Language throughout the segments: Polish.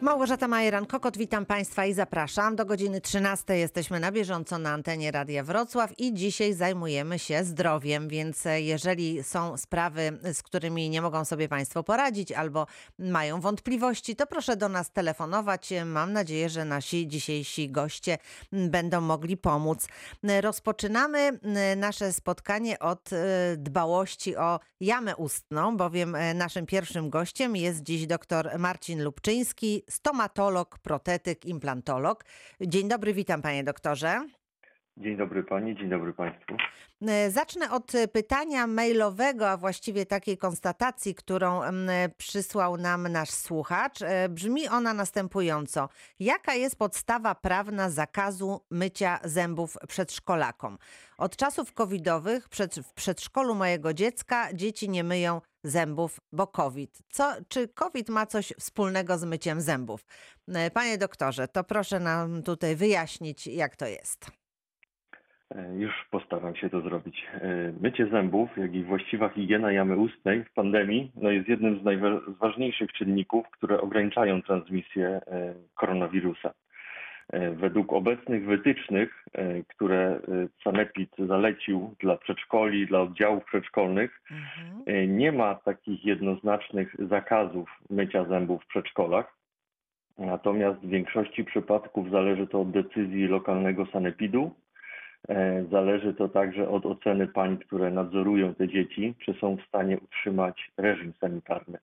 Małgorzata Majeran-Kokot, witam Państwa i zapraszam. Do godziny 13 jesteśmy na bieżąco na antenie Radia Wrocław i dzisiaj zajmujemy się zdrowiem, więc jeżeli są sprawy, z którymi nie mogą sobie Państwo poradzić albo mają wątpliwości, to proszę do nas telefonować. Mam nadzieję, że nasi dzisiejsi goście będą mogli pomóc. Rozpoczynamy nasze spotkanie od dbałości o jamę ustną, bowiem naszym pierwszym gościem jest dziś dr Marcin Lubczyński, stomatolog, protetyk, implantolog. Dzień dobry, witam panie doktorze. Dzień dobry pani, dzień dobry państwu. Zacznę od pytania mailowego, a właściwie takiej konstatacji, którą przysłał nam nasz słuchacz. Brzmi ona następująco. Jaka jest podstawa prawna zakazu mycia zębów przedszkolakom? Od czasów covidowych w przedszkolu mojego dziecka dzieci nie myją zębów, bo COVID. Czy COVID ma coś wspólnego z myciem zębów? Panie doktorze, to proszę nam tutaj wyjaśnić, jak to jest. Już postaram się to zrobić. Mycie zębów, jak i właściwa higiena jamy ustnej w pandemii jest jednym z ważniejszych czynników, które ograniczają transmisję koronawirusa. Według obecnych wytycznych, które Sanepid zalecił dla przedszkoli, dla oddziałów przedszkolnych, nie ma takich jednoznacznych zakazów mycia zębów w przedszkolach. Natomiast w większości przypadków zależy to od decyzji lokalnego sanepidu. Zależy to także od oceny pań, które nadzorują te dzieci, czy są w stanie utrzymać reżim sanitarny.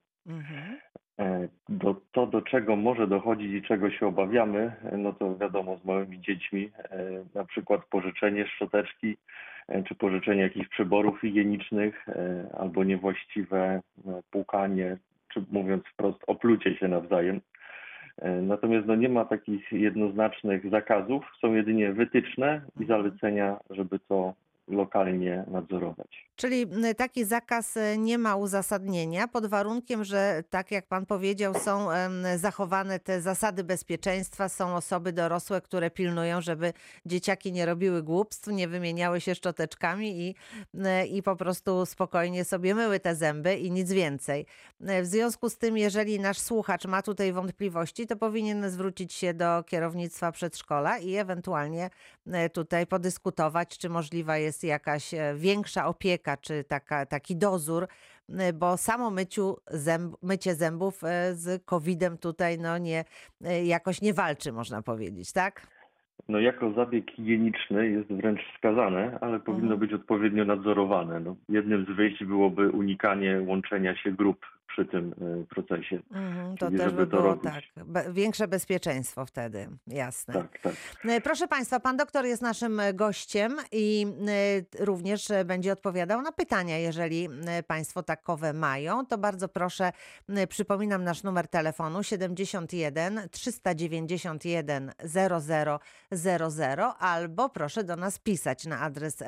Do czego może dochodzić i czego się obawiamy, to wiadomo, z małymi dziećmi, na przykład pożyczenie szczoteczki, czy pożyczenie jakichś przyborów higienicznych, albo niewłaściwe płukanie, czy mówiąc wprost, oplucie się nawzajem. Natomiast nie ma takich jednoznacznych zakazów, są jedynie wytyczne i zalecenia, żeby to lokalnie nadzorować. Czyli taki zakaz nie ma uzasadnienia pod warunkiem, że tak jak pan powiedział, są zachowane te zasady bezpieczeństwa, są osoby dorosłe, które pilnują, żeby dzieciaki nie robiły głupstw, nie wymieniały się szczoteczkami i po prostu spokojnie sobie myły te zęby i nic więcej. W związku z tym, jeżeli nasz słuchacz ma tutaj wątpliwości, to powinien zwrócić się do kierownictwa przedszkola i ewentualnie tutaj podyskutować, czy możliwa jest jakaś większa opieka, czy taki dozór, bo samo mycie zębów z COVID-em tutaj jakoś nie walczy, można powiedzieć, tak? Jako zabieg higieniczny jest wręcz wskazane, ale powinno być odpowiednio nadzorowane. Jednym z wyjść byłoby unikanie łączenia się grup przy tym procesie. To Czyli też żeby by to było robić. większe bezpieczeństwo wtedy, jasne. Tak. Proszę Państwa, pan doktor jest naszym gościem i również będzie odpowiadał na pytania. Jeżeli Państwo takowe mają, to bardzo proszę, przypominam nasz numer telefonu 71 391 0000 albo proszę do nas pisać na adres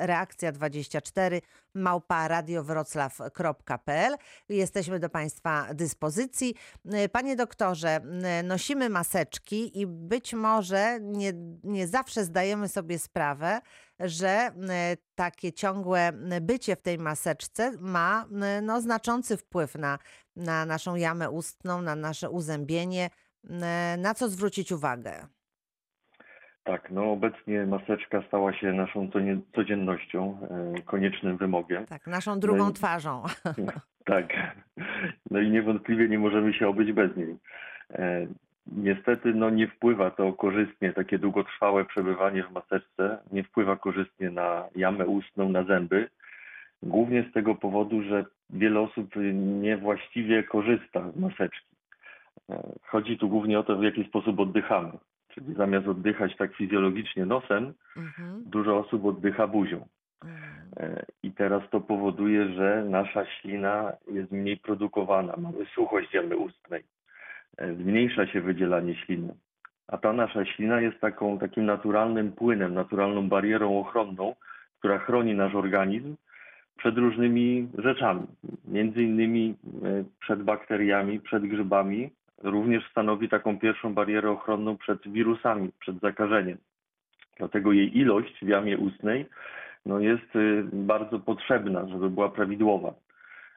reakcja24@radiowroclaw.pl. Jesteśmy do Państwa dyspozycji. Panie doktorze, nosimy maseczki i być może nie zawsze zdajemy sobie sprawę, że takie ciągłe bycie w tej maseczce ma znaczący wpływ na naszą jamę ustną, na nasze uzębienie. Na co zwrócić uwagę? Tak, obecnie maseczka stała się naszą codziennością, koniecznym wymogiem. Tak, naszą drugą twarzą. Tak. I niewątpliwie nie możemy się obyć bez niej. Niestety nie wpływa to korzystnie, takie długotrwałe przebywanie w maseczce nie wpływa korzystnie na jamę ustną, na zęby. Głównie z tego powodu, że wiele osób niewłaściwie korzysta z maseczki. Chodzi tu głównie o to, w jaki sposób oddychamy. Czyli zamiast oddychać tak fizjologicznie nosem, dużo osób oddycha buzią. I teraz to powoduje, że nasza ślina jest mniej produkowana, mamy suchość jamy ustnej, zmniejsza się wydzielanie śliny. A ta nasza ślina jest takim naturalnym płynem, naturalną barierą ochronną, która chroni nasz organizm przed różnymi rzeczami, między innymi przed bakteriami, przed grzybami. Również stanowi taką pierwszą barierę ochronną przed wirusami, przed zakażeniem. Dlatego jej ilość w jamie ustnej jest bardzo potrzebna, żeby była prawidłowa.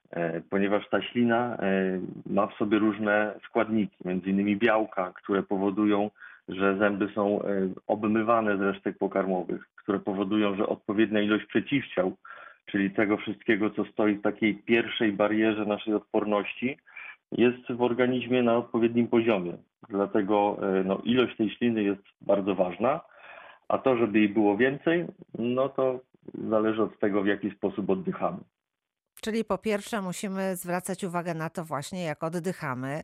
ponieważ ta ślina ma w sobie różne składniki, między innymi białka, które powodują, że zęby są obmywane z resztek pokarmowych, które powodują, że odpowiednia ilość przeciwciał, czyli tego wszystkiego, co stoi w takiej pierwszej barierze naszej odporności, jest w organizmie na odpowiednim poziomie. Dlatego ilość tej śliny jest bardzo ważna, a to, żeby jej było więcej, no to zależy od tego, w jaki sposób oddychamy. Czyli po pierwsze musimy zwracać uwagę na to właśnie, jak oddychamy,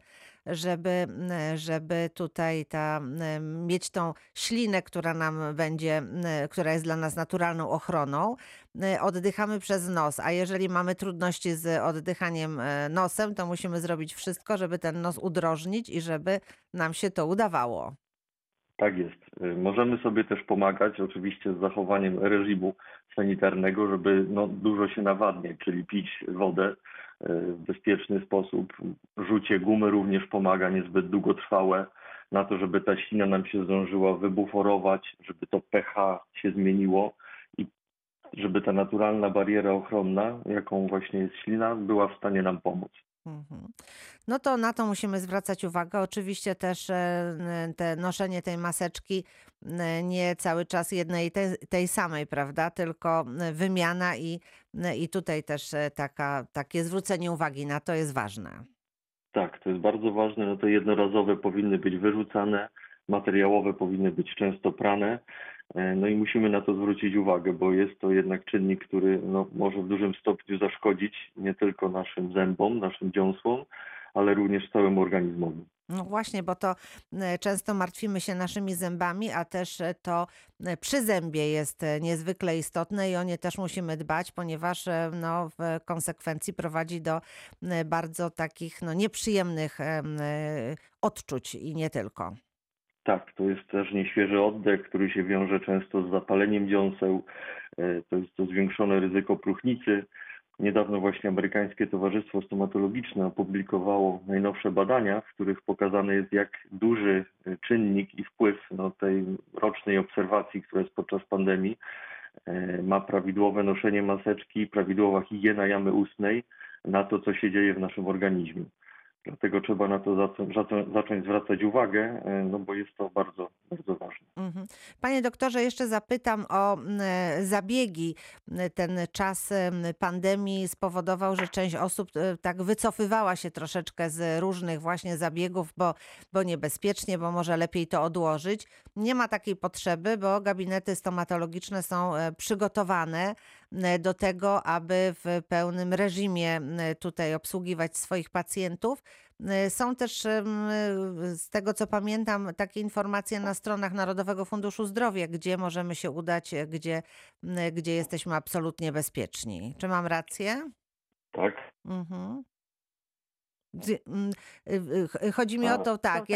żeby tutaj mieć tą ślinę, która nam będzie, która jest dla nas naturalną ochroną. Oddychamy przez nos, a jeżeli mamy trudności z oddychaniem nosem, to musimy zrobić wszystko, żeby ten nos udrożnić i żeby nam się to udawało. Tak jest. Możemy sobie też pomagać, oczywiście z zachowaniem reżimu sanitarnego, żeby dużo się nawadniać, czyli pić wodę w bezpieczny sposób. Rzucie gumy również pomaga, niezbyt długotrwałe, na to, żeby ta ślina nam się zdążyła wybuforować, żeby to pH się zmieniło i żeby ta naturalna bariera ochronna, jaką właśnie jest ślina, była w stanie nam pomóc. Mhm. No to na to musimy zwracać uwagę. Oczywiście też noszenie tej maseczki nie cały czas jednej tej samej, prawda? Tylko wymiana i tutaj też takie zwrócenie uwagi na to jest ważne. Tak, to jest bardzo ważne. No te jednorazowe powinny być wyrzucane, materiałowe powinny być często prane. No i musimy na to zwrócić uwagę, bo jest to jednak czynnik, który może w dużym stopniu zaszkodzić nie tylko naszym zębom, naszym dziąsłom, ale również całemu organizmowi. No właśnie, bo to często martwimy się naszymi zębami, a też to przy zębie jest niezwykle istotne i o nie też musimy dbać, ponieważ w konsekwencji prowadzi do bardzo takich nieprzyjemnych odczuć i nie tylko. Tak, to jest też nieświeży oddech, który się wiąże często z zapaleniem dziąseł. To jest to zwiększone ryzyko próchnicy. Niedawno właśnie amerykańskie Towarzystwo Stomatologiczne opublikowało najnowsze badania, w których pokazane jest, jak duży czynnik i wpływ tej rocznej obserwacji, która jest podczas pandemii, ma prawidłowe noszenie maseczki, prawidłowa higiena jamy ustnej na to, co się dzieje w naszym organizmie. Dlatego trzeba na to zacząć zwracać uwagę, bo jest to bardzo, bardzo ważne. Mhm. Panie doktorze, jeszcze zapytam o zabiegi. Ten czas pandemii spowodował, że część osób tak wycofywała się troszeczkę z różnych właśnie zabiegów, bo niebezpiecznie, bo może lepiej to odłożyć. Nie ma takiej potrzeby, bo gabinety stomatologiczne są przygotowane do tego, aby w pełnym reżimie tutaj obsługiwać swoich pacjentów. Są też, z tego co pamiętam, takie informacje na stronach Narodowego Funduszu Zdrowia, gdzie możemy się udać, gdzie jesteśmy absolutnie bezpieczni. Czy mam rację? Tak? Mhm. Chodzi mi o A, to,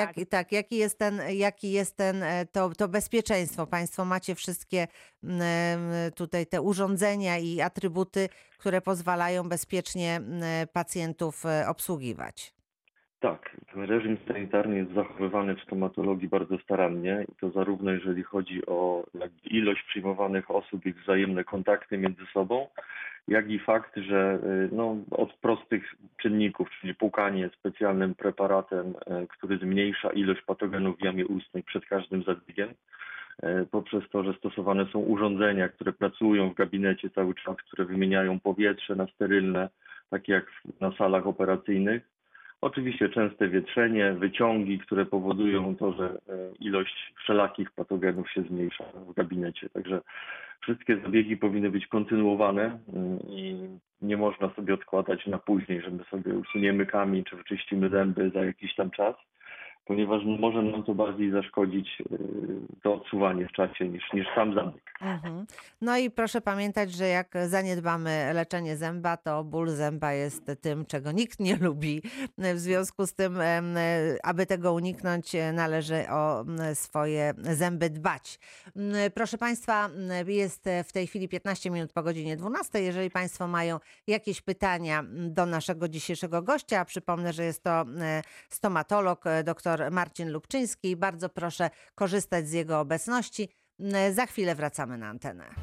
jaki jest to bezpieczeństwo. Państwo macie wszystkie tutaj te urządzenia i atrybuty, które pozwalają bezpiecznie pacjentów obsługiwać. tak, ten reżim sanitarny jest zachowywany w stomatologii bardzo starannie i to zarówno jeżeli chodzi o ilość przyjmowanych osób, ich wzajemne kontakty między sobą, jak i fakt, że od prostych czynników, czyli płukanie specjalnym preparatem, który zmniejsza ilość patogenów w jamie ustnej przed każdym zabiegiem, poprzez to, że stosowane są urządzenia, które pracują w gabinecie cały czas, które wymieniają powietrze na sterylne, takie jak na salach operacyjnych. Oczywiście częste wietrzenie, wyciągi, które powodują to, że ilość wszelakich patogenów się zmniejsza w gabinecie. Także wszystkie zabiegi powinny być kontynuowane i nie można sobie odkładać na później, że my sobie usuniemy kamień czy wyczyścimy zęby za jakiś tam czas, ponieważ może nam to bardziej zaszkodzić to odsuwanie w czasie niż sam zabieg. Mhm. No i proszę pamiętać, że jak zaniedbamy leczenie zęba, to ból zęba jest tym, czego nikt nie lubi. W związku z tym, aby tego uniknąć, należy o swoje zęby dbać. Proszę Państwa, jest w tej chwili 15 minut po godzinie 12. Jeżeli Państwo mają jakieś pytania do naszego dzisiejszego gościa, a przypomnę, że jest to stomatolog dr Marcin Lubczyński, bardzo proszę korzystać z jego obecności. Za chwilę wracamy na antenę.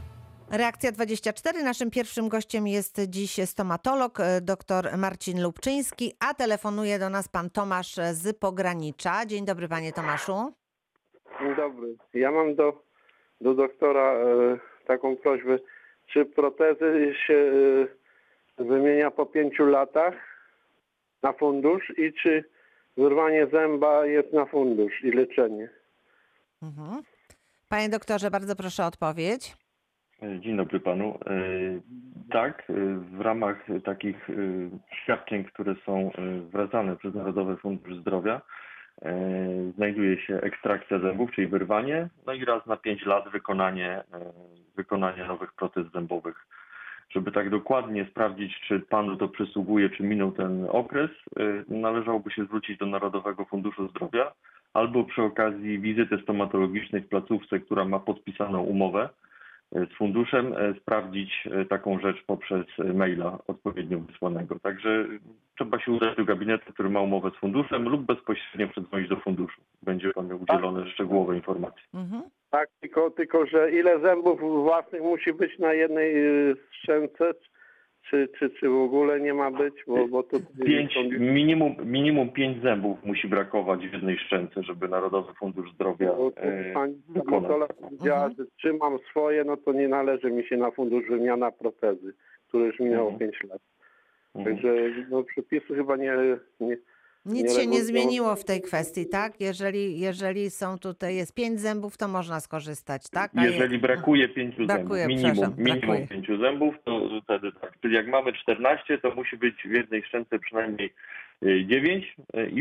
Reakcja 24. Naszym pierwszym gościem jest dziś stomatolog dr Marcin Lubczyński, a telefonuje do nas pan Tomasz z pogranicza. Dzień dobry, panie Tomaszu. Dzień dobry. Ja mam do doktora taką prośbę. Czy protezy się wymienia po 5 latach na fundusz i czy wyrwanie zęba jest na fundusz i leczenie? Mhm. Panie doktorze, bardzo proszę o odpowiedź. Dzień dobry panu. Tak, w ramach takich świadczeń, które są zwracane przez Narodowy Fundusz Zdrowia, znajduje się ekstrakcja zębów, czyli wyrwanie, no i raz na 5 lat wykonanie nowych protez zębowych. Żeby tak dokładnie sprawdzić, czy panu to przysługuje, czy minął ten okres, należałoby się zwrócić do Narodowego Funduszu Zdrowia albo przy okazji wizyty stomatologicznej w placówce, która ma podpisaną umowę z funduszem, sprawdzić taką rzecz poprzez maila odpowiednio wysłanego. Także trzeba się udać do gabinetu, który ma umowę z funduszem lub bezpośrednio przedzwonić do funduszu. Będzie panu udzielone szczegółowe informacje. Mhm. Tak, tylko że ile zębów własnych musi być na jednej szczęce? Czy w ogóle nie ma być? Bo to Minimum 5 zębów musi brakować w jednej szczęce, żeby Narodowy Fundusz Zdrowia pani wykonał. stomatolog powiedziała, że trzymam swoje, no to nie należy mi się na fundusz wymiana protezy, które już minęło 5 lat. Także przepisy chyba Nic się nie regulują. zmieniło w tej kwestii, tak? Jeżeli są tutaj, jest 5 zębów, to można skorzystać, tak? Jeżeli brakuje 5 Brakuje, zębów, przepraszam, minimum brakuje. 5 zębów, to wtedy tak. Czyli jak mamy 14, to musi być w jednej szczęce przynajmniej 9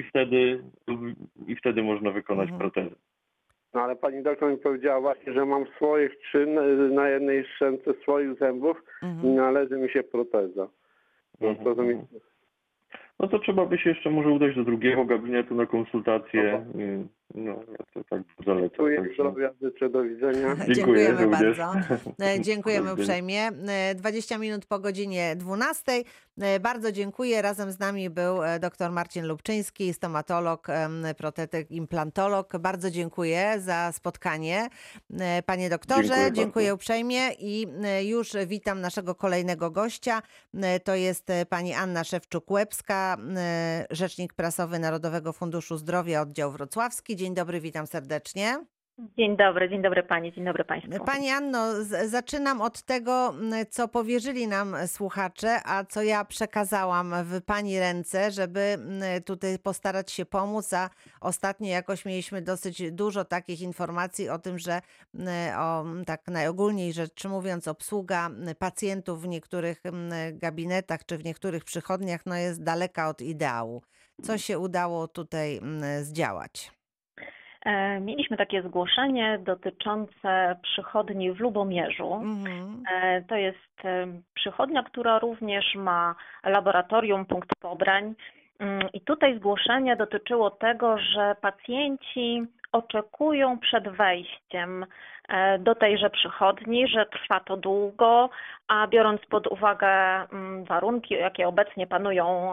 i wtedy można wykonać protezę. No ale pani doktor mi powiedziała właśnie, że mam swoich 3 na jednej szczęce swoich zębów i należy mi się proteza. No to trzeba by się jeszcze może udać do drugiego gabinetu na konsultację. No, ja to tak zalecam. Dziękuję, Także zdrowia, życzę, do widzenia. Dziękujemy również. bardzo. Dziękujemy Do widzenia. uprzejmie. 20 minut po godzinie 12. Bardzo dziękuję. Razem z nami był dr Marcin Lubczyński, stomatolog, protetyk, implantolog. Bardzo dziękuję za spotkanie. Panie doktorze, dziękuję uprzejmie i już witam naszego kolejnego gościa. To jest pani Anna Szewczuk-Łebska, rzecznik prasowy Narodowego Funduszu Zdrowia, oddział wrocławski. Dzień dobry, witam serdecznie. Dzień dobry pani, dzień dobry państwu. Pani Anno, zaczynam od tego, co powierzyli nam słuchacze, a co ja przekazałam w pani ręce, żeby tutaj postarać się pomóc, a ostatnio jakoś mieliśmy dosyć dużo takich informacji o tym, że tak najogólniej rzecz mówiąc, obsługa pacjentów w niektórych gabinetach czy w niektórych przychodniach jest daleka od ideału. Co się udało tutaj zdziałać? Mieliśmy takie zgłoszenie dotyczące przychodni w Lubomierzu. To jest przychodnia, która również ma laboratorium, punkt pobrań. I tutaj zgłoszenie dotyczyło tego, że pacjenci oczekują przed wejściem do tejże przychodni, że trwa to długo, a biorąc pod uwagę warunki, jakie obecnie panują,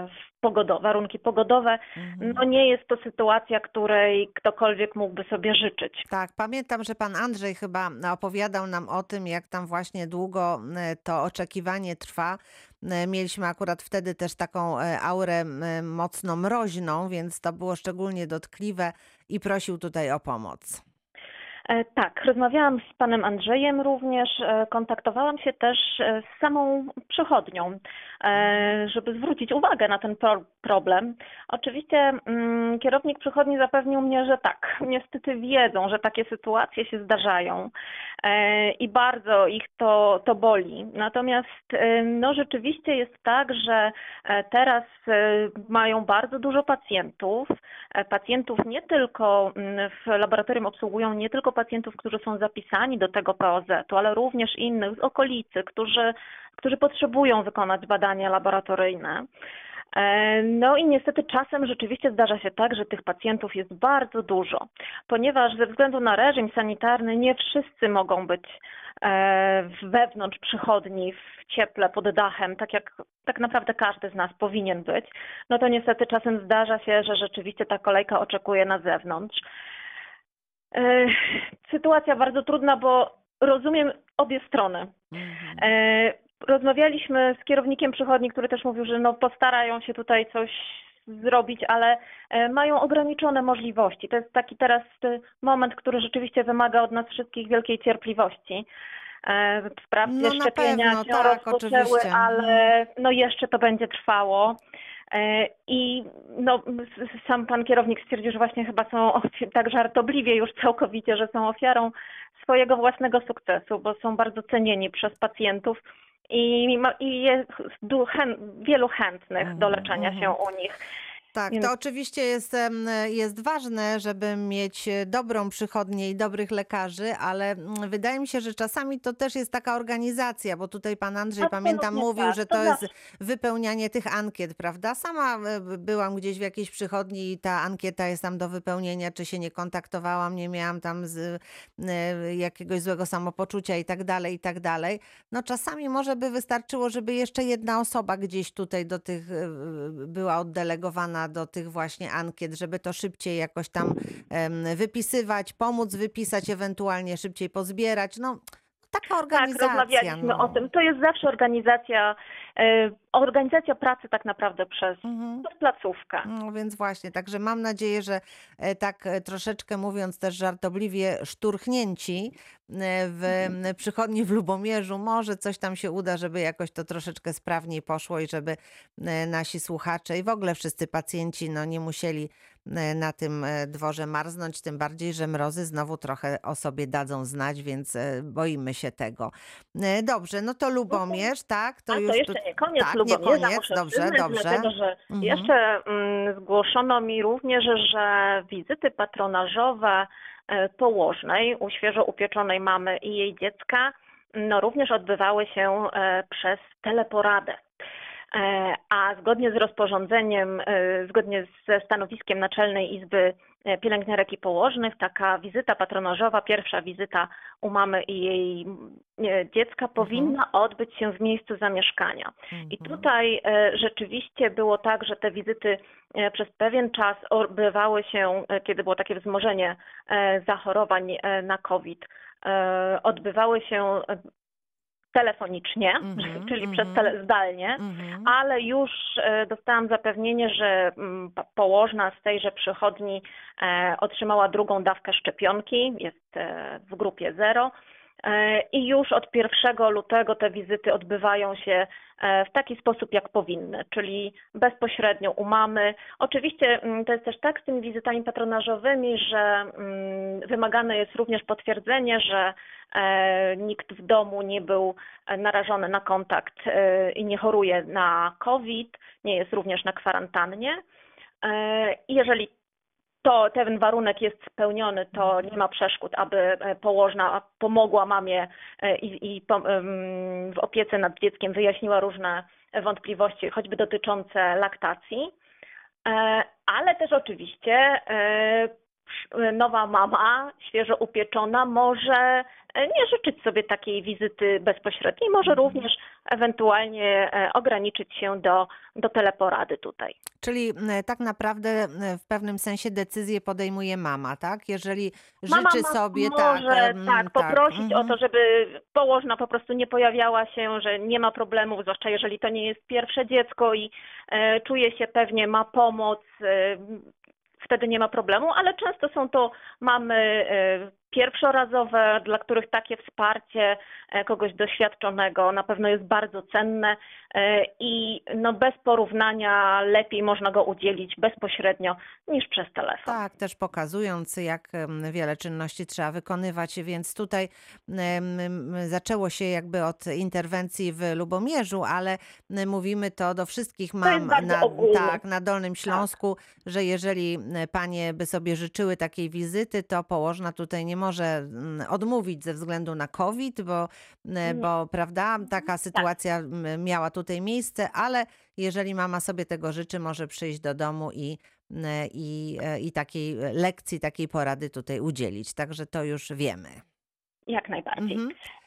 warunki pogodowe, nie jest to sytuacja, której ktokolwiek mógłby sobie życzyć. Tak, pamiętam, że pan Andrzej chyba opowiadał nam o tym, jak tam właśnie długo to oczekiwanie trwa. Mieliśmy akurat wtedy też taką aurę mocno mroźną, więc to było szczególnie dotkliwe i prosił tutaj o pomoc. Tak, rozmawiałam z panem Andrzejem również, kontaktowałam się też z samą przychodnią, żeby zwrócić uwagę na ten problem. Oczywiście kierownik przychodni zapewnił mnie, że tak, niestety wiedzą, że takie sytuacje się zdarzają i bardzo ich to boli. Natomiast rzeczywiście jest tak, że teraz mają bardzo dużo pacjentów nie tylko w laboratorium obsługują nie tylko pacjentów, którzy są zapisani do tego POZ-u, ale również innych z okolicy, którzy potrzebują wykonać badania laboratoryjne. I niestety czasem rzeczywiście zdarza się tak, że tych pacjentów jest bardzo dużo, ponieważ ze względu na reżim sanitarny nie wszyscy mogą być wewnątrz przychodni, w cieple, pod dachem, tak jak tak naprawdę każdy z nas powinien być. To niestety czasem zdarza się, że rzeczywiście ta kolejka oczekuje na zewnątrz. Sytuacja bardzo trudna, bo rozumiem obie strony. Mhm. Rozmawialiśmy z kierownikiem przychodni, który też mówił, że no postarają się tutaj coś zrobić, ale mają ograniczone możliwości. To jest taki teraz moment, który rzeczywiście wymaga od nas wszystkich wielkiej cierpliwości. Wprawdzie No na szczepienia pewno, się tak, rozpoczęły, oczywiście. ale no jeszcze to będzie trwało. I no, sam pan kierownik stwierdził, że właśnie chyba są tak żartobliwie już całkowicie, że są ofiarą swojego własnego sukcesu, bo są bardzo cenieni przez pacjentów i jest wielu chętnych do leczenia się u nich. Tak, Więc to oczywiście jest ważne, żeby mieć dobrą przychodnię i dobrych lekarzy, ale wydaje mi się, że czasami to też jest taka organizacja, bo tutaj pan Andrzej, pamiętam, absolutnie mówił, tak, że to to jest zawsze. wypełnianie tych ankiet, prawda? Sama byłam gdzieś w jakiejś przychodni i ta ankieta jest tam do wypełnienia, czy się nie kontaktowałam, nie miałam tam jakiegoś złego samopoczucia i tak dalej, i tak dalej. No czasami może by wystarczyło, żeby jeszcze jedna osoba gdzieś tutaj do tych była oddelegowana do tych właśnie ankiet, żeby to szybciej jakoś tam wypisywać, pomóc wypisać, ewentualnie szybciej pozbierać. No, taka Tak, organizacja, rozmawialiśmy o no. tym. To jest zawsze organizacja pracy tak naprawdę przez Mhm. placówkę. No więc właśnie, także mam nadzieję, że tak troszeczkę mówiąc też żartobliwie szturchnięci w przychodni w Lubomierzu, może coś tam się uda, żeby jakoś to troszeczkę sprawniej poszło i żeby nasi słuchacze i w ogóle wszyscy pacjenci no, nie musieli na tym dworze marznąć, tym bardziej, że mrozy znowu trochę o sobie dadzą znać, więc boimy się tego. Dobrze, no to Lubomierz, tak? To A to już jeszcze nie koniec tak, nie Lubomierza, koniec, muszę dobrze, przyznać, dobrze. dlatego że Mhm. jeszcze zgłoszono mi również, że wizyty patronażowe położnej u świeżo upieczonej mamy i jej dziecka no również odbywały się przez teleporadę. A zgodnie z rozporządzeniem, zgodnie ze stanowiskiem Naczelnej Izby Pielęgniarek i Położnych, taka wizyta patronażowa, pierwsza wizyta u mamy i jej dziecka powinna odbyć się w miejscu zamieszkania. I tutaj rzeczywiście było tak, że te wizyty przez pewien czas odbywały się, kiedy było takie wzmożenie zachorowań na COVID, odbywały się telefonicznie, czyli zdalnie, ale już dostałam zapewnienie, że położna z tejże przychodni otrzymała drugą dawkę szczepionki, jest w grupie 0 i już od 1 lutego te wizyty odbywają się w taki sposób, jak powinny, czyli bezpośrednio u mamy. Oczywiście to jest też tak z tymi wizytami patronażowymi, że wymagane jest również potwierdzenie, że nikt w domu nie był narażony na kontakt i nie choruje na COVID, nie jest również na kwarantannie. I jeżeli ten warunek jest spełniony, to nie ma przeszkód, aby położna pomogła mamie i w opiece nad dzieckiem wyjaśniła różne wątpliwości, choćby dotyczące laktacji. Ale też oczywiście nowa mama, świeżo upieczona, może nie życzyć sobie takiej wizyty bezpośredniej, może również ewentualnie ograniczyć się do teleporady tutaj. Czyli tak naprawdę w pewnym sensie decyzję podejmuje mama, tak? Jeżeli Mama życzy sobie, może poprosić o to, mhm. żeby położna po prostu nie pojawiała się, że nie ma problemu, zwłaszcza jeżeli to nie jest pierwsze dziecko i czuje się pewnie, ma pomoc, wtedy nie ma problemu, ale często są to mamy pierwszorazowe, dla których takie wsparcie kogoś doświadczonego na pewno jest bardzo cenne i no bez porównania lepiej można go udzielić bezpośrednio niż przez telefon. Tak, też pokazując, jak wiele czynności trzeba wykonywać, więc tutaj zaczęło się jakby od interwencji w Lubomierzu, ale mówimy to do wszystkich mam na Dolnym Śląsku, że jeżeli panie by sobie życzyły takiej wizyty, to położna tutaj nie może odmówić ze względu na COVID, bo prawda, taka sytuacja miała tutaj miejsce, ale jeżeli mama sobie tego życzy, może przyjść do domu i takiej lekcji, takiej porady tutaj udzielić. Także to już wiemy. Jak najbardziej.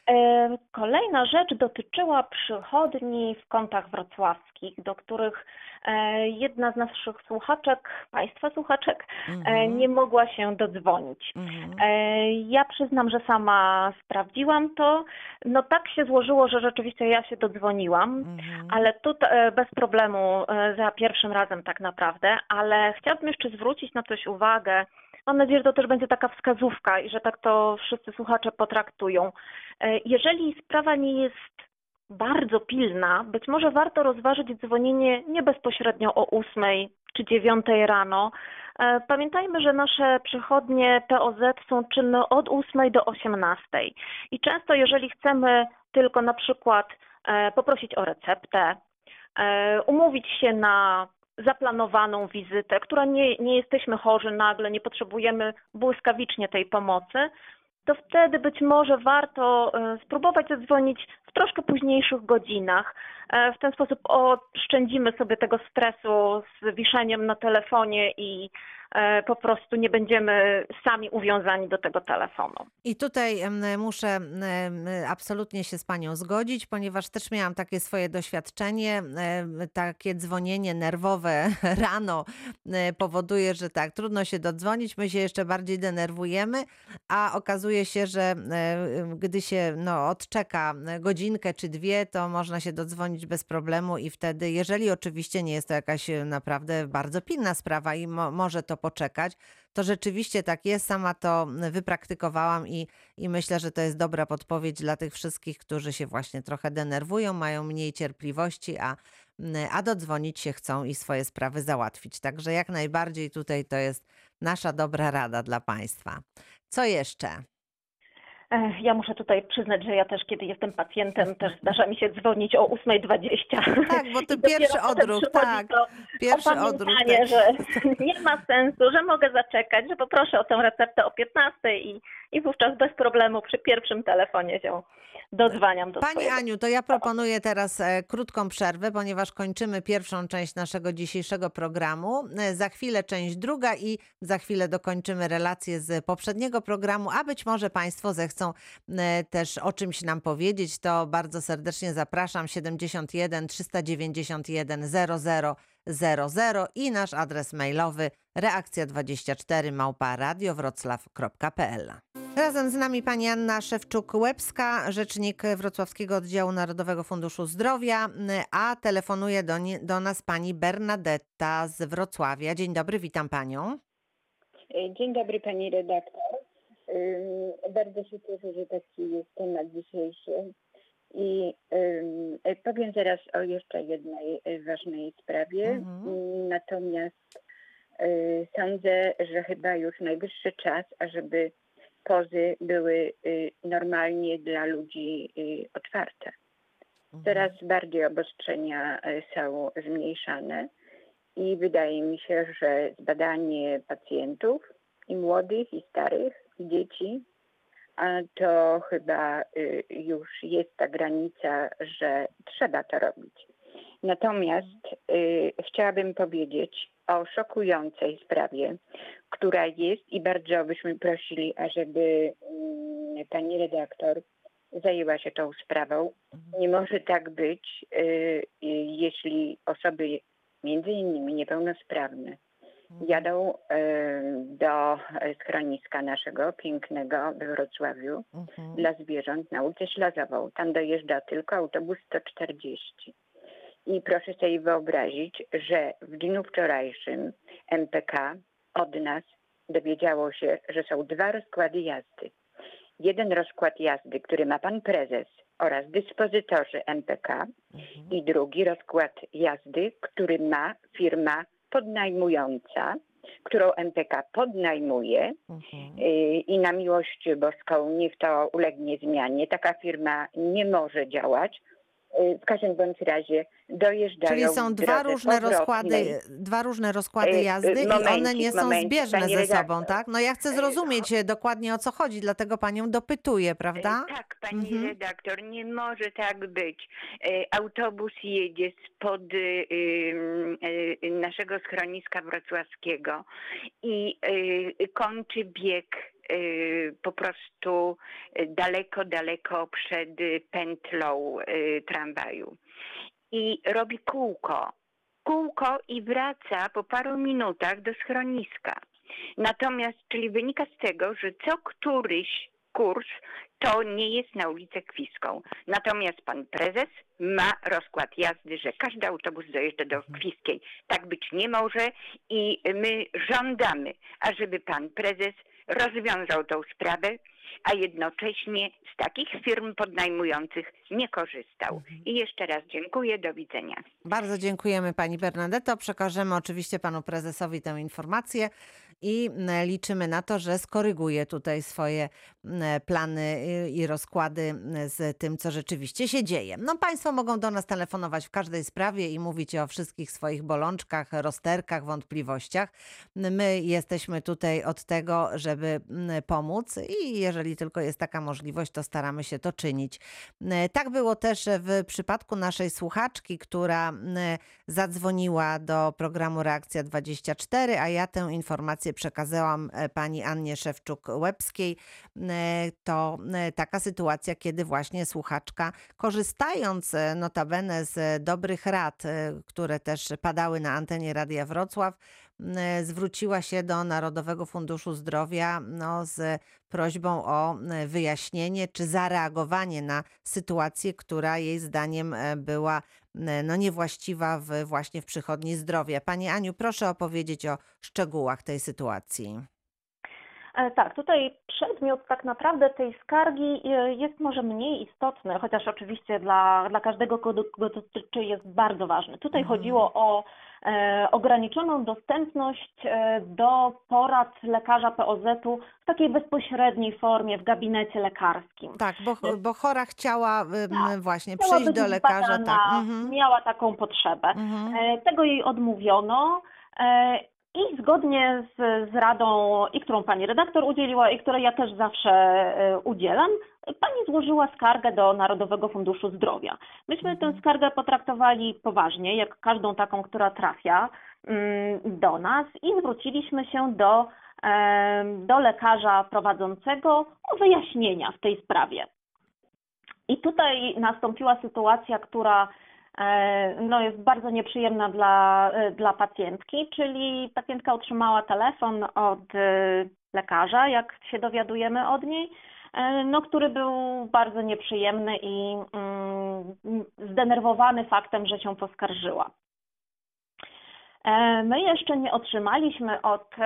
Kolejna rzecz dotyczyła przychodni w Kątach Wrocławskich, do których jedna z naszych słuchaczek, Państwa słuchaczek, nie mogła się dodzwonić. Ja przyznam, że sama sprawdziłam to. No tak się złożyło, że rzeczywiście ja się dodzwoniłam, ale tutaj bez problemu za pierwszym razem tak naprawdę, ale chciałabym jeszcze zwrócić na coś uwagę. Mam nadzieję, że to też będzie taka wskazówka i że tak to wszyscy słuchacze potraktują. Jeżeli sprawa nie jest bardzo pilna, być może warto rozważyć dzwonienie nie bezpośrednio o 8 czy 9 rano. Pamiętajmy, że nasze przychodnie POZ są czynne od 8 do 18. I często jeżeli chcemy tylko na przykład poprosić o receptę, umówić się na zaplanowaną wizytę, która nie jesteśmy chorzy nagle, nie potrzebujemy błyskawicznie tej pomocy, to wtedy być może warto spróbować zadzwonić w troszkę późniejszych godzinach. W ten sposób oszczędzimy sobie tego stresu z wiszeniem na telefonie i po prostu nie będziemy sami uwiązani do tego telefonu. I tutaj muszę absolutnie się z Panią zgodzić, ponieważ też miałam takie swoje doświadczenie. Takie dzwonienie nerwowe rano powoduje, że tak, trudno się dodzwonić, my się jeszcze bardziej denerwujemy, a okazuje się, że gdy się odczeka godzinkę czy dwie, to można się dodzwonić bez problemu i wtedy, jeżeli oczywiście nie jest to jakaś naprawdę bardzo pilna sprawa i może to poczekać, to rzeczywiście tak jest, sama to wypraktykowałam i myślę, że to jest dobra podpowiedź dla tych wszystkich, którzy się właśnie trochę denerwują, mają mniej cierpliwości, a dodzwonić się chcą i swoje sprawy załatwić. Także jak najbardziej tutaj to jest nasza dobra rada dla Państwa. Co jeszcze? Ja muszę tutaj przyznać, że ja też, kiedy jestem pacjentem, też zdarza mi się dzwonić o 8:20. Tak, bo to pierwszy odruch, tak. Pierwszy odruch. Tak. Że nie ma sensu, że mogę zaczekać, że poproszę o tę receptę o 15 i wówczas bez problemu przy pierwszym telefonie się dodzwaniam do Pani swojego. Aniu, to ja proponuję teraz krótką przerwę, ponieważ kończymy pierwszą część naszego dzisiejszego programu. Za chwilę część druga i za chwilę dokończymy relacje z poprzedniego programu, a być może Państwo zechcą też o czymś nam powiedzieć, to bardzo serdecznie zapraszam 71 391 0000 i nasz adres mailowy reakcja24@radiowroclaw.pl. Razem z nami pani Anna Szewczuk-Łebska, rzecznik Wrocławskiego Oddziału Narodowego Funduszu Zdrowia, a telefonuje do nas pani Bernadetta z Wrocławia. Dzień dobry, witam panią. Dzień dobry pani redaktor. Bardzo się cieszę, że taki jest temat dzisiejszy. I powiem zaraz o jeszcze jednej ważnej sprawie. Natomiast sądzę, że chyba już najwyższy czas, ażeby POZ-y były normalnie dla ludzi otwarte. Coraz bardziej obostrzenia są zmniejszane i wydaje mi się, że zbadanie pacjentów i młodych, i starych, i dzieci, to chyba już jest ta granica, że trzeba to robić. Natomiast chciałabym powiedzieć o szokującej sprawie, która jest i bardzo byśmy prosili, ażeby pani redaktor zajęła się tą sprawą. Nie może tak być, jeśli osoby między innymi niepełnosprawne jadą do schroniska naszego pięknego we Wrocławiu dla zwierząt na ulicę Ślazową. Tam dojeżdża tylko autobus 140. I proszę sobie wyobrazić, że w dniu wczorajszym MPK od nas dowiedziało się, że są 2 rozkłady jazdy. Jeden rozkład jazdy, który ma pan prezes oraz dyspozytorzy MPK i drugi rozkład jazdy, który ma firma podnajmująca, którą MPK podnajmuje i na miłość boską niech to ulegnie zmianie. Taka firma nie może działać. W każdym bądź razie dojeżdżają. Czyli są dwa różne rozkłady jazdy i one nie są zbieżne ze sobą, tak? No ja chcę zrozumieć dokładnie o co chodzi, dlatego panią dopytuję, prawda? Tak, pani redaktor, nie może tak być. Autobus jedzie spod naszego schroniska wrocławskiego i kończy bieg po prostu daleko, daleko przed pętlą tramwaju. I robi kółko i wraca po paru minutach do schroniska. Natomiast, czyli wynika z tego, że co któryś kurs to nie jest na ulicę Kwiską. Natomiast pan prezes ma rozkład jazdy, że każdy autobus dojeżdża do Kwiskiej. Tak być nie może i my żądamy, ażeby pan prezes rozwiązał tą sprawę, a jednocześnie z takich firm podnajmujących nie korzystał. I jeszcze raz dziękuję, do widzenia. Bardzo dziękujemy pani Bernadetto. Przekażemy oczywiście panu prezesowi tę informację i liczymy na to, że skoryguje tutaj swoje plany i rozkłady z tym, co rzeczywiście się dzieje. No, państwo mogą do nas telefonować w każdej sprawie i mówić o wszystkich swoich bolączkach, rozterkach, wątpliwościach. My jesteśmy tutaj od tego, żeby pomóc i jeżeli tylko jest taka możliwość, to staramy się to czynić. Tak było też w przypadku naszej słuchaczki, która zadzwoniła do programu Reakcja 24, a ja tę informację przekazałam pani Annie Szewczuk-Łebskiej. To taka sytuacja, kiedy właśnie słuchaczka, korzystając notabene z dobrych rad, które też padały na antenie Radia Wrocław, zwróciła się do Narodowego Funduszu Zdrowia z prośbą o wyjaśnienie czy zareagowanie na sytuację, która jej zdaniem była niewłaściwa właśnie w przychodni zdrowia. Pani Aniu, proszę opowiedzieć o szczegółach tej sytuacji. Tak, tutaj przedmiot tak naprawdę tej skargi jest może mniej istotny, chociaż oczywiście dla każdego, kogo dotyczy, jest bardzo ważny. Tutaj chodziło o ograniczoną dostępność do porad lekarza POZ-u w takiej bezpośredniej formie w gabinecie lekarskim. Tak, bo chora chciała właśnie przyjść do lekarza. Badana, miała taką potrzebę. Tego jej odmówiono. I zgodnie z radą, i którą pani redaktor udzieliła, i której ja też zawsze udzielam, pani złożyła skargę do Narodowego Funduszu Zdrowia. Myśmy tę skargę potraktowali poważnie, jak każdą taką, która trafia do nas i zwróciliśmy się do lekarza prowadzącego o wyjaśnienia w tej sprawie. I tutaj nastąpiła sytuacja, która jest bardzo nieprzyjemna dla pacjentki, czyli pacjentka otrzymała telefon od lekarza, jak się dowiadujemy od niej, który był bardzo nieprzyjemny i zdenerwowany faktem, że się poskarżyła. My jeszcze nie otrzymaliśmy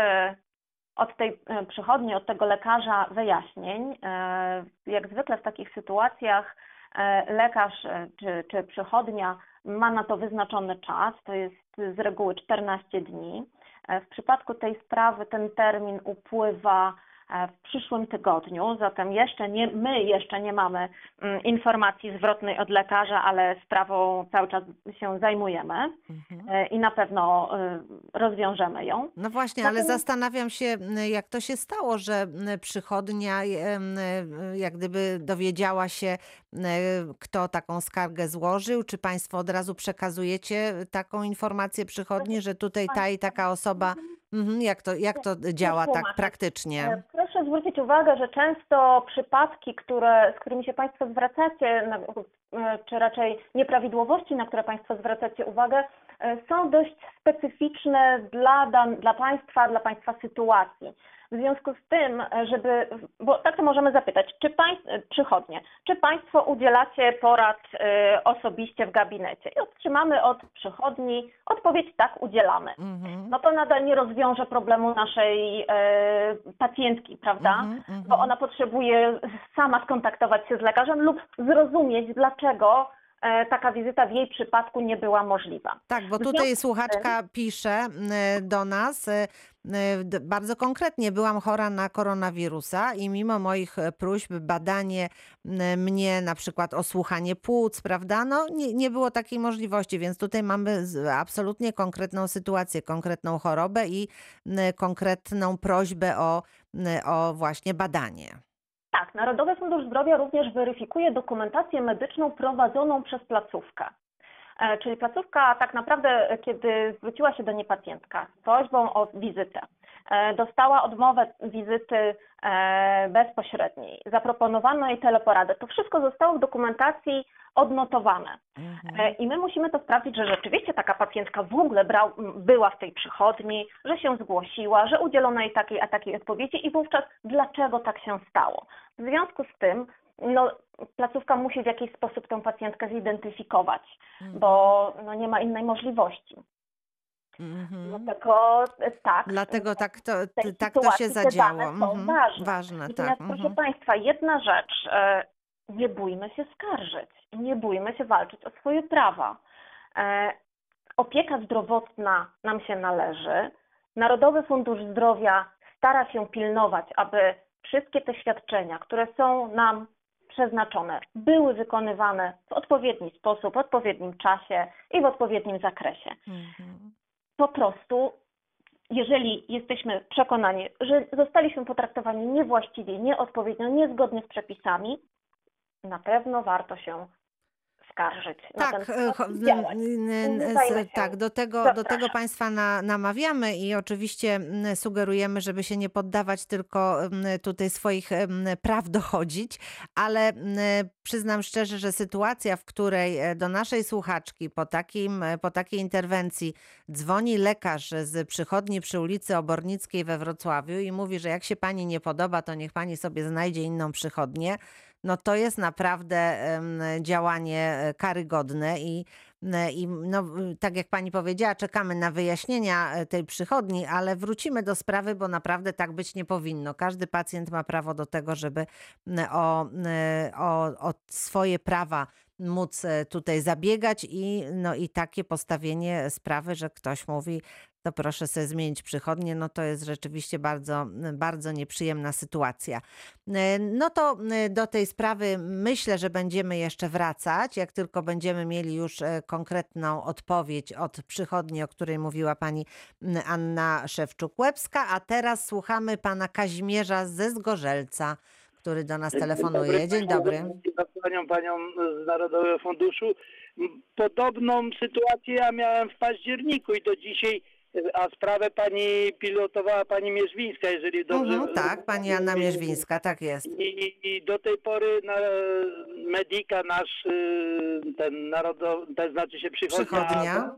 od tej przychodni, od tego lekarza wyjaśnień. Jak zwykle w takich sytuacjach lekarz czy przychodnia ma na to wyznaczony czas, to jest z reguły 14 dni. W przypadku tej sprawy ten termin upływa w przyszłym tygodniu, zatem my jeszcze nie mamy informacji zwrotnej od lekarza, ale sprawą cały czas się zajmujemy i na pewno rozwiążemy ją. No właśnie, ale zastanawiam się, jak to się stało, że przychodnia jak gdyby dowiedziała się, kto taką skargę złożył. Czy państwo od razu przekazujecie taką informację przychodni, że tutaj ta i taka osoba... Jak to działa tak praktycznie? Proszę zwrócić uwagę, że często przypadki, z którymi się państwo zwracacie, czy raczej nieprawidłowości, na które państwo zwracacie uwagę, są dość specyficzne dla państwa sytuacji. W związku z tym, bo tak to możemy zapytać, przychodnie, czy państwo udzielacie porad osobiście w gabinecie? I otrzymamy od przychodni odpowiedź: tak, udzielamy. No to nadal nie rozwiąże problemu naszej pacjentki, prawda? Bo ona potrzebuje sama skontaktować się z lekarzem lub zrozumieć, dlaczego taka wizyta w jej przypadku nie była możliwa. Tak, bo tutaj słuchaczka pisze do nas bardzo konkretnie: byłam chora na koronawirusa i mimo moich próśb badanie mnie, na przykład osłuchanie płuc, prawda, nie było takiej możliwości, więc tutaj mamy absolutnie konkretną sytuację, konkretną chorobę i konkretną prośbę o właśnie badanie. Tak, Narodowy Fundusz Zdrowia również weryfikuje dokumentację medyczną prowadzoną przez placówkę. Czyli placówka tak naprawdę, kiedy zwróciła się do niej pacjentka z prośbą o wizytę, dostała odmowę wizyty bezpośredniej, zaproponowano jej teleporadę. To wszystko zostało w dokumentacji odnotowane. I my musimy to sprawdzić, że rzeczywiście taka pacjentka w ogóle była w tej przychodni, że się zgłosiła, że udzielono jej takiej a takiej odpowiedzi i wówczas dlaczego tak się stało. W związku z tym placówka musi w jakiś sposób tę pacjentkę zidentyfikować, bo nie ma innej możliwości. Dlatego tak. Dlatego tak to się te zadziało. dane są ważne. Tak. Natomiast proszę Państwa, jedna rzecz, nie bójmy się skarżyć i nie bójmy się walczyć o swoje prawa. Opieka zdrowotna nam się należy. Narodowy Fundusz Zdrowia stara się pilnować, aby wszystkie te świadczenia, które są nam przeznaczone, były wykonywane w odpowiedni sposób, w odpowiednim czasie i w odpowiednim zakresie. Po prostu, jeżeli jesteśmy przekonani, że zostaliśmy potraktowani niewłaściwie, nieodpowiednio, niezgodnie z przepisami, na pewno warto się skarżyć. Tak, do tego Państwa namawiamy i oczywiście sugerujemy, żeby się nie poddawać, tylko tutaj swoich praw dochodzić, ale przyznam szczerze, że sytuacja, w której do naszej słuchaczki po takiej interwencji dzwoni lekarz z przychodni przy ulicy Obornickiej we Wrocławiu i mówi, że jak się pani nie podoba, to niech pani sobie znajdzie inną przychodnię, no to jest naprawdę działanie karygodne i tak jak pani powiedziała, czekamy na wyjaśnienia tej przychodni, ale wrócimy do sprawy, bo naprawdę tak być nie powinno. Każdy pacjent ma prawo do tego, żeby o swoje prawa móc tutaj zabiegać i takie postawienie sprawy, że ktoś mówi, to proszę sobie zmienić przychodnię, no to jest rzeczywiście bardzo, bardzo nieprzyjemna sytuacja. No to do tej sprawy myślę, że będziemy jeszcze wracać, jak tylko będziemy mieli już konkretną odpowiedź od przychodni, o której mówiła pani Anna Szewczuk-Łebska, a teraz słuchamy pana Kazimierza ze Zgorzelca, który do nas telefonuje. Dzień dobry. Panią z Narodowego Funduszu. Podobną sytuację ja miałem w październiku i do dzisiaj, a sprawę pani pilotowała pani Mierzwińska, jeżeli dobrze... tak, pani Anna Mierzwińska, tak jest. I do tej pory Medika nasz, ten narodowy, to znaczy się przychodnia,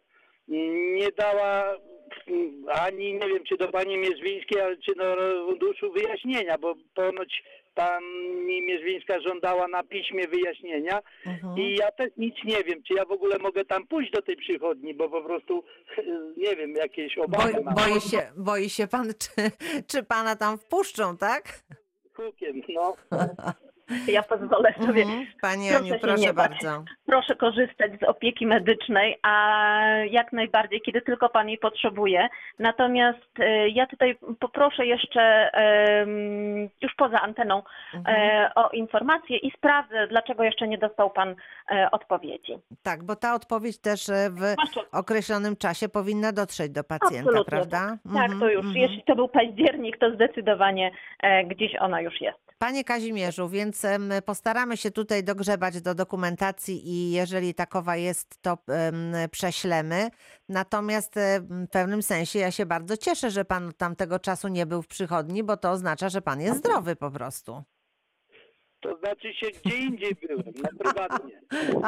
nie dała ani, nie wiem, czy do pani Mierzwińskiej, ale czy do funduszu wyjaśnienia, bo ponoć pani Mierzwińska żądała na piśmie wyjaśnienia i ja też nic nie wiem, czy ja w ogóle mogę tam pójść do tej przychodni, bo po prostu, nie wiem, jakieś obawy mam. Boi się pan, czy pana tam wpuszczą, tak? Hukiem, no. Ja pozwolę sobie. Pani Aniu, proszę bardzo. Proszę korzystać z opieki medycznej, a jak najbardziej, kiedy tylko pan jej potrzebuje. Natomiast ja tutaj poproszę jeszcze już poza anteną o informację i sprawdzę, dlaczego jeszcze nie dostał pan odpowiedzi. Tak, bo ta odpowiedź też w określonym czasie powinna dotrzeć do pacjenta, absolutnie, prawda? Tak, to już. Jeśli to był październik, to zdecydowanie gdzieś ona już jest. Panie Kazimierzu, więc postaramy się tutaj dogrzebać do dokumentacji i jeżeli takowa jest, to prześlemy. Natomiast w pewnym sensie ja się bardzo cieszę, że pan tamtego czasu nie był w przychodni, bo to oznacza, że pan jest zdrowy po prostu. To znaczy się gdzie indziej byłem, na prywatnie.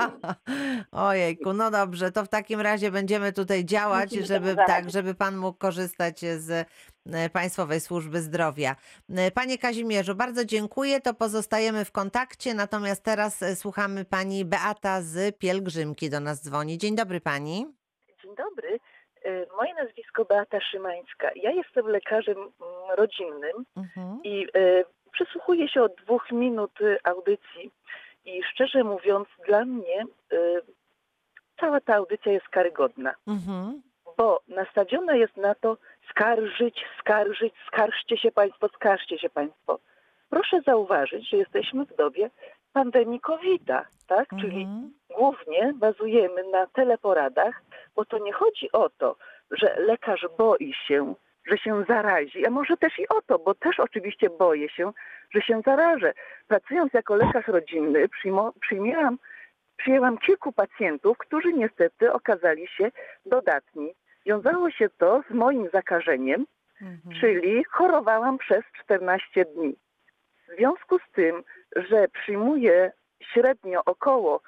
Ojejku, no dobrze, to w takim razie będziemy tutaj działać, żeby pan mógł korzystać z Państwowej Służby Zdrowia. Panie Kazimierzu, bardzo dziękuję, to pozostajemy w kontakcie, natomiast teraz słuchamy pani Beata z Pielgrzymki, do nas dzwoni. Dzień dobry pani. Dzień dobry. Moje nazwisko Beata Szymańska. Ja jestem lekarzem rodzinnym i przysłuchuję się od 2 minut audycji i szczerze mówiąc dla mnie cała ta audycja jest karygodna, bo nastawiona jest na to skarżcie się Państwo. Proszę zauważyć, że jesteśmy w dobie pandemii COVID-a, tak? Czyli głównie bazujemy na teleporadach, bo to nie chodzi o to, że lekarz boi się, że się zarazi, a może też i o to, bo też oczywiście boję się, że się zarażę. Pracując jako lekarz rodzinny przyjęłam kilku pacjentów, którzy niestety okazali się dodatni. Wiązało się to z moim zakażeniem czyli chorowałam przez 14 dni. W związku z tym, że przyjmuję średnio około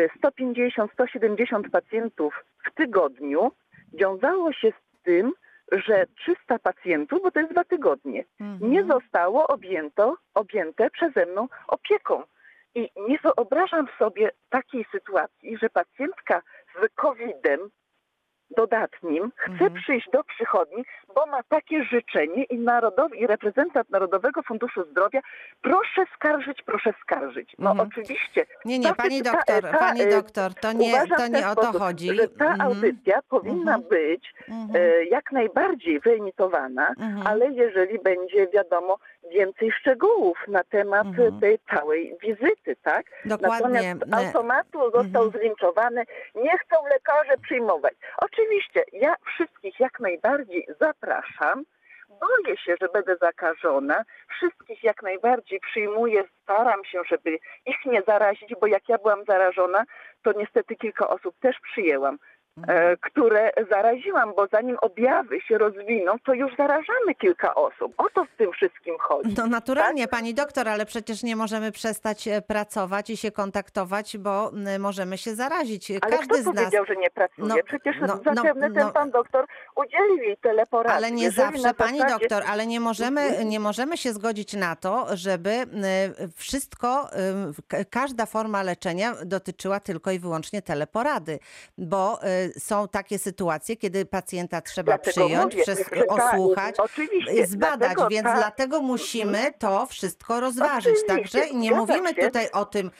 150-170 pacjentów w tygodniu, wiązało się z tym, że 300 pacjentów, bo to jest 2 tygodnie, nie zostało objęte przeze mną opieką. I nie wyobrażam sobie takiej sytuacji, że pacjentka z COVID-em dodatnim chce przyjść do przychodni, bo ma takie życzenie i reprezentant Narodowego Funduszu Zdrowia, proszę skarżyć. No oczywiście. Nie, pani doktor, to nie o to chodzi. Że ta audycja powinna być jak najbardziej wyemitowana, ale jeżeli będzie, wiadomo, więcej szczegółów na temat tej całej wizyty, tak? Dokładnie. Natomiast automatu został zlinczowany, nie chcą lekarze przyjmować. Oczywiście, ja wszystkich jak najbardziej zapraszam. Boję się, że będę zakażona. Wszystkich jak najbardziej przyjmuję, staram się, żeby ich nie zarazić, bo jak ja byłam zarażona, to niestety kilka osób też przyjęłam, które zaraziłam, bo zanim objawy się rozwiną, to już zarażamy kilka osób. O to w tym wszystkim chodzi. No naturalnie, tak? pani doktor, ale przecież nie możemy przestać pracować i się kontaktować, bo możemy się zarazić. Ale Każdy kto z nas powiedział, że nie pracuje? No, Przecież zapewne ten pan doktor udzielił jej teleporady. Ale nie zawsze, pani doktor, ale nie możemy się zgodzić na to, żeby wszystko, każda forma leczenia dotyczyła tylko i wyłącznie teleporady, bo są takie sytuacje, kiedy pacjenta trzeba przyjąć, osłuchać, zbadać, więc dlatego musimy to wszystko rozważyć. Także nie mówimy tutaj o tym,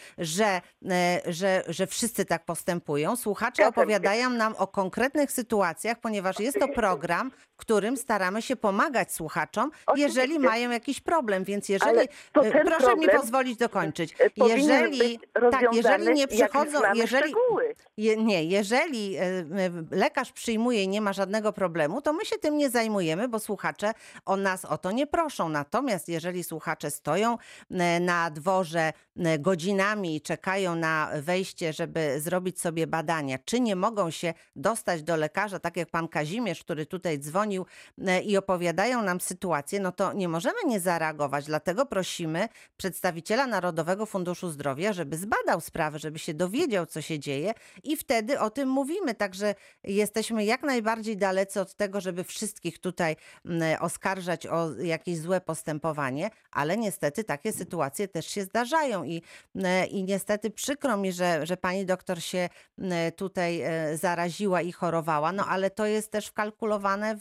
że wszyscy tak postępują. Słuchacze opowiadają nam o konkretnych sytuacjach, ponieważ jest to program, w którym staramy się pomagać słuchaczom, jeżeli mają jakiś problem. Więc jeżeli, proszę mi pozwolić dokończyć, jeżeli nie przychodzą, jeżeli lekarz przyjmuje i nie ma żadnego problemu, to my się tym nie zajmujemy, bo słuchacze nas o to nie proszą. Natomiast jeżeli słuchacze stoją na dworze godzinami i czekają na wejście, żeby zrobić sobie badania, czy nie mogą się dostać do lekarza, tak jak pan Kazimierz, który tutaj dzwonił i opowiadają nam sytuację, no to nie możemy nie zareagować. Dlatego prosimy przedstawiciela Narodowego Funduszu Zdrowia, żeby zbadał sprawę, żeby się dowiedział, co się dzieje i wtedy o tym mówimy. Także jesteśmy jak najbardziej dalecy od tego, żeby wszystkich tutaj oskarżać o jakieś złe postępowanie, ale niestety takie sytuacje też się zdarzają i niestety przykro mi, że pani doktor się tutaj zaraziła i chorowała, no ale to jest też wkalkulowane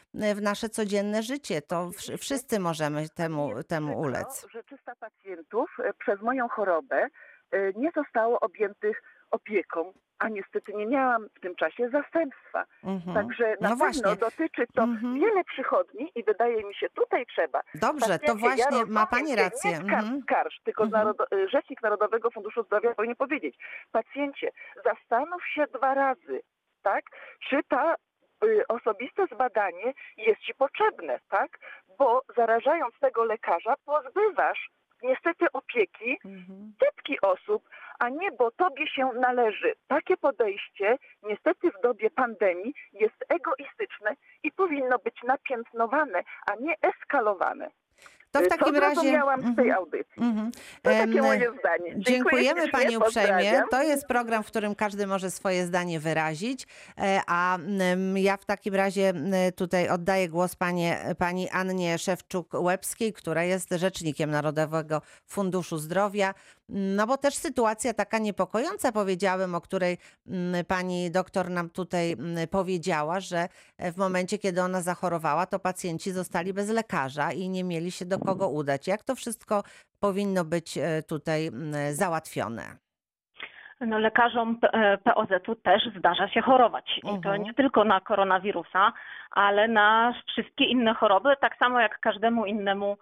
w nasze codzienne życie. To wszyscy możemy temu ulec. Że 300 pacjentów przez moją chorobę nie zostało objętych opieką, a niestety nie miałam w tym czasie zastępstwa. Także na pewno dotyczy to wiele przychodni i wydaje mi się, tutaj trzeba. Dobrze, to właśnie ma pani rację. Nie skarż, tylko Rzecznik Narodowego Funduszu Zdrowia powinien powiedzieć: pacjencie, zastanów się 2 razy, tak? Czy ta osobiste zbadanie jest ci potrzebne, tak? Bo zarażając tego lekarza, pozbywasz niestety opieki setki osób, a nie, bo tobie się należy. Takie podejście niestety w dobie pandemii jest egoistyczne i powinno być napiętnowane, a nie eskalowane. To w takim razie z tej audycji. To takie moje zdanie. Dziękujemy pani uprzejmie. To jest program, w którym każdy może swoje zdanie wyrazić, a ja w takim razie tutaj oddaję głos pani Annie Szewczuk-Łebskiej, która jest rzecznikiem Narodowego Funduszu Zdrowia. No bo też sytuacja taka niepokojąca, powiedziałem, o której pani doktor nam tutaj powiedziała, że w momencie, kiedy ona zachorowała, to pacjenci zostali bez lekarza i nie mieli się do kogo udać. Jak to wszystko powinno być tutaj załatwione? No, lekarzom POZ-u też zdarza się chorować. I to nie tylko na koronawirusa, ale na wszystkie inne choroby, tak samo jak każdemu innemu,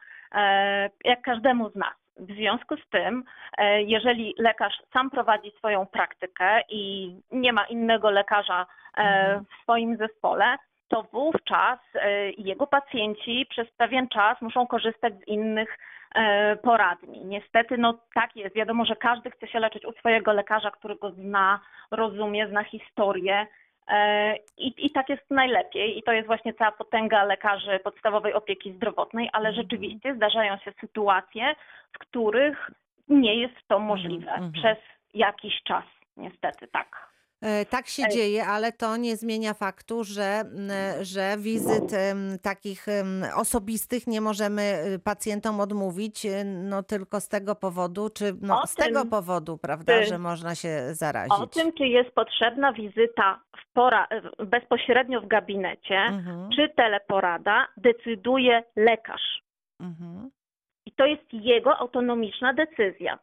jak każdemu z nas. W związku z tym, jeżeli lekarz sam prowadzi swoją praktykę i nie ma innego lekarza w swoim zespole, to wówczas jego pacjenci przez pewien czas muszą korzystać z innych poradni. Niestety, no tak jest. Wiadomo, że każdy chce się leczyć u swojego lekarza, który go zna, rozumie, zna historię I tak jest najlepiej i to jest właśnie cała potęga lekarzy podstawowej opieki zdrowotnej, ale rzeczywiście zdarzają się sytuacje, w których nie jest to możliwe przez jakiś czas, niestety, tak. Tak się dzieje, ale to nie zmienia faktu, że wizyt takich osobistych nie możemy pacjentom odmówić, no tylko z tego powodu, czy no, z tego powodu, prawda, że można się zarazić. O tym, czy jest potrzebna wizyta bezpośrednio w gabinecie, czy teleporada, decyduje lekarz. I to jest jego autonomiczna decyzja,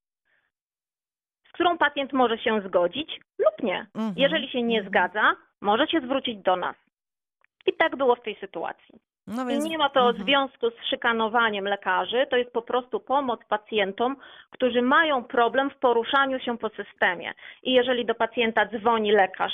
z którą pacjent może się zgodzić lub nie. Jeżeli się nie zgadza, może się zwrócić do nas. I tak było w tej sytuacji. No więc... I nie ma to związku z szykanowaniem lekarzy, to jest po prostu pomoc pacjentom, którzy mają problem w poruszaniu się po systemie. I jeżeli do pacjenta dzwoni lekarz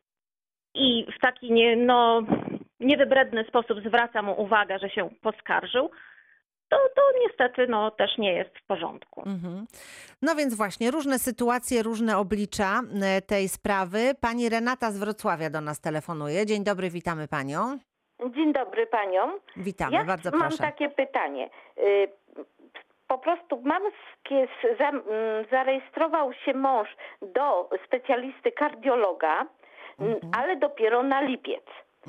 i w taki niewybredny sposób zwraca mu uwagę, że się poskarżył, to niestety też nie jest w porządku. No więc właśnie, różne sytuacje, różne oblicza tej sprawy. Pani Renata z Wrocławia do nas telefonuje. Dzień dobry, witamy panią. Dzień dobry panią. Witamy, bardzo proszę. Mam takie pytanie. Po prostu zarejestrował się mąż do specjalisty kardiologa, ale dopiero na lipiec.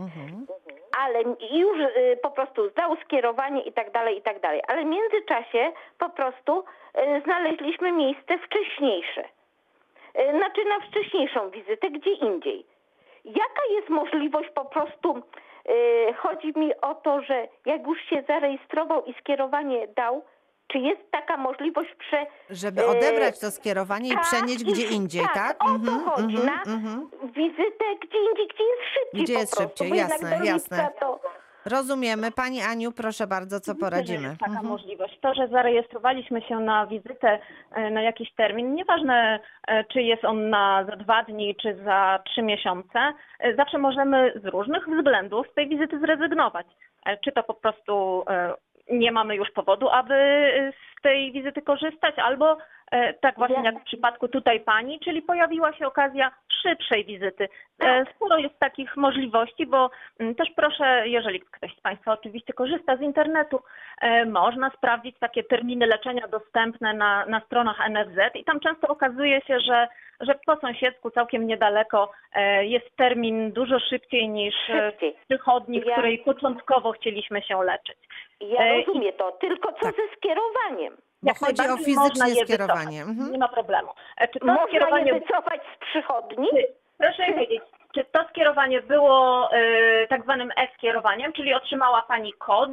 Ale już po prostu zdał skierowanie i tak dalej, i tak dalej. Ale w międzyczasie po prostu znaleźliśmy miejsce wcześniejsze. Znaczy na wcześniejszą wizytę gdzie indziej. Jaka jest możliwość po prostu, chodzi mi o to, że jak już się zarejestrował i skierowanie dał, czy jest taka możliwość żeby odebrać to skierowanie i przenieść gdzie indziej, tak? O to chodzi, na wizytę gdzie indziej, gdzie jest szybciej. Gdzie jest szybciej, jasne. Rozumiemy. Pani Aniu, proszę bardzo, co poradzimy? Jest taka możliwość. To, że zarejestrowaliśmy się na wizytę na jakiś termin, nieważne czy jest on za 2 dni, czy za 3 miesiące, zawsze możemy z różnych względów z tej wizyty zrezygnować. Czy to po prostu nie mamy już powodu, aby z tej wizyty korzystać, albo tak właśnie jak w przypadku tutaj pani, czyli pojawiła się okazja szybszej wizyty. Sporo jest takich możliwości, bo też proszę, jeżeli ktoś z państwa oczywiście korzysta z internetu, można sprawdzić takie terminy leczenia dostępne na stronach NFZ i tam często okazuje się, że po sąsiedzku całkiem niedaleko jest termin dużo szybciej niż w przychodni, w której początkowo chcieliśmy się leczyć. Ja rozumiem to, tylko co ze skierowaniem? Bo chodzi o fizyczne skierowanie. Nie ma problemu. Czy to można skierowanie... je wycofać z przychodni? Proszę wiedzieć, czy to skierowanie było tak zwanym e-skierowaniem, czyli otrzymała pani kod?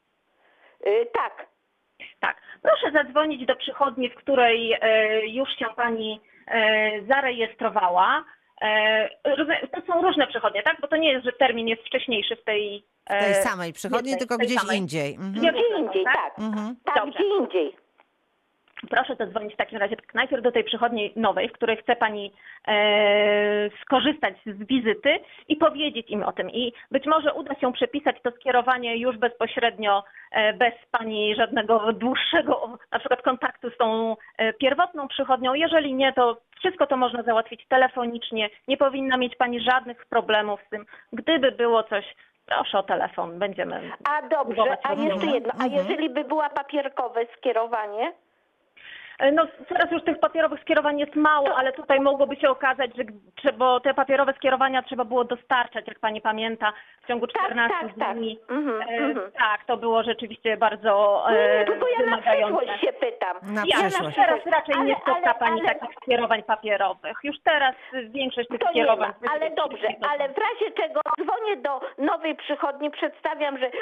Tak. Tak. Proszę zadzwonić do przychodni, w której już się pani zarejestrowała. To są różne przychodnie, tak? Bo to nie jest, że termin jest wcześniejszy w tej samej przychodni, tylko gdzieś indziej. Gdzie indziej, tak. Tak, gdzie indziej. Proszę zadzwonić w takim razie najpierw do tej przychodni nowej, w której chce pani skorzystać z wizyty i powiedzieć im o tym. I być może uda się przepisać to skierowanie już bezpośrednio, bez pani żadnego dłuższego na przykład kontaktu z tą pierwotną przychodnią. Jeżeli nie, to wszystko to można załatwić telefonicznie. Nie powinna mieć pani żadnych problemów z tym. Gdyby było coś, proszę o telefon, będziemy... A dobrze, a jeszcze jedno. A jeżeli by była papierkowe skierowanie? No teraz już tych papierowych skierowań jest mało, ale tutaj mogłoby się okazać, że bo te papierowe skierowania trzeba było dostarczać, jak pani pamięta, w ciągu 14 dni. Tak, to było rzeczywiście bardzo tylko ja wymagające. Na przyszłość się pytam. Teraz raczej nie spotka pani takich skierowań papierowych. Już teraz większość tych skierowań... Ale dobrze, ale w razie czego dzwonię do nowej przychodni, przedstawiam, że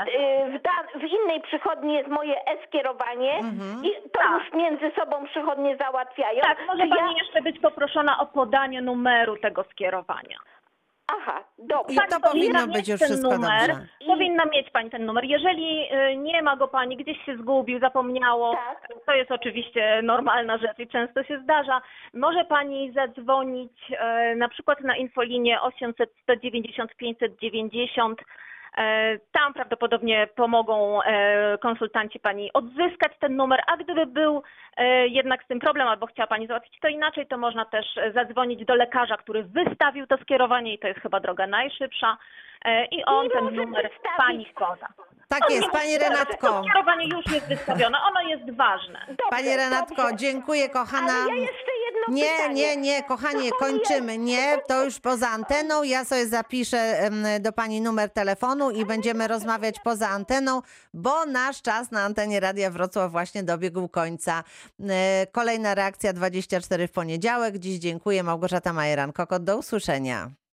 w innej przychodni jest moje e-skierowanie i to już między sobą przychodnie załatwiają. Tak, może pani jeszcze być poproszona o podanie numeru tego skierowania. Aha, dobrze. I to powinno być już wszystko dobrze. Powinna mieć pani ten numer. Jeżeli nie ma go pani, gdzieś się zgubił, zapomniało, to jest oczywiście normalna rzecz i często się zdarza. Może pani zadzwonić na przykład na infolinię 800 190 590 Tam prawdopodobnie pomogą konsultanci pani odzyskać ten numer, a gdyby był jednak z tym problem albo chciała pani załatwić to inaczej, to można też zadzwonić do lekarza, który wystawił to skierowanie i to jest chyba droga najszybsza i on ten numer pani poda. Tak jest, pani Renatko. To skierowanie już jest wystawione, ono jest ważne. Pani Renatko, dziękuję, kochana. Ale ja jeszcze jedno pytanie. Nie, kochanie, kończymy. Nie, to już poza anteną. Ja sobie zapiszę do pani numer telefonu i będziemy rozmawiać poza anteną, bo nasz czas na antenie Radia Wrocław właśnie dobiegł końca. Kolejna reakcja 24 w poniedziałek. Dziś dziękuję. Małgorzata Majeran-Kokot. Do usłyszenia.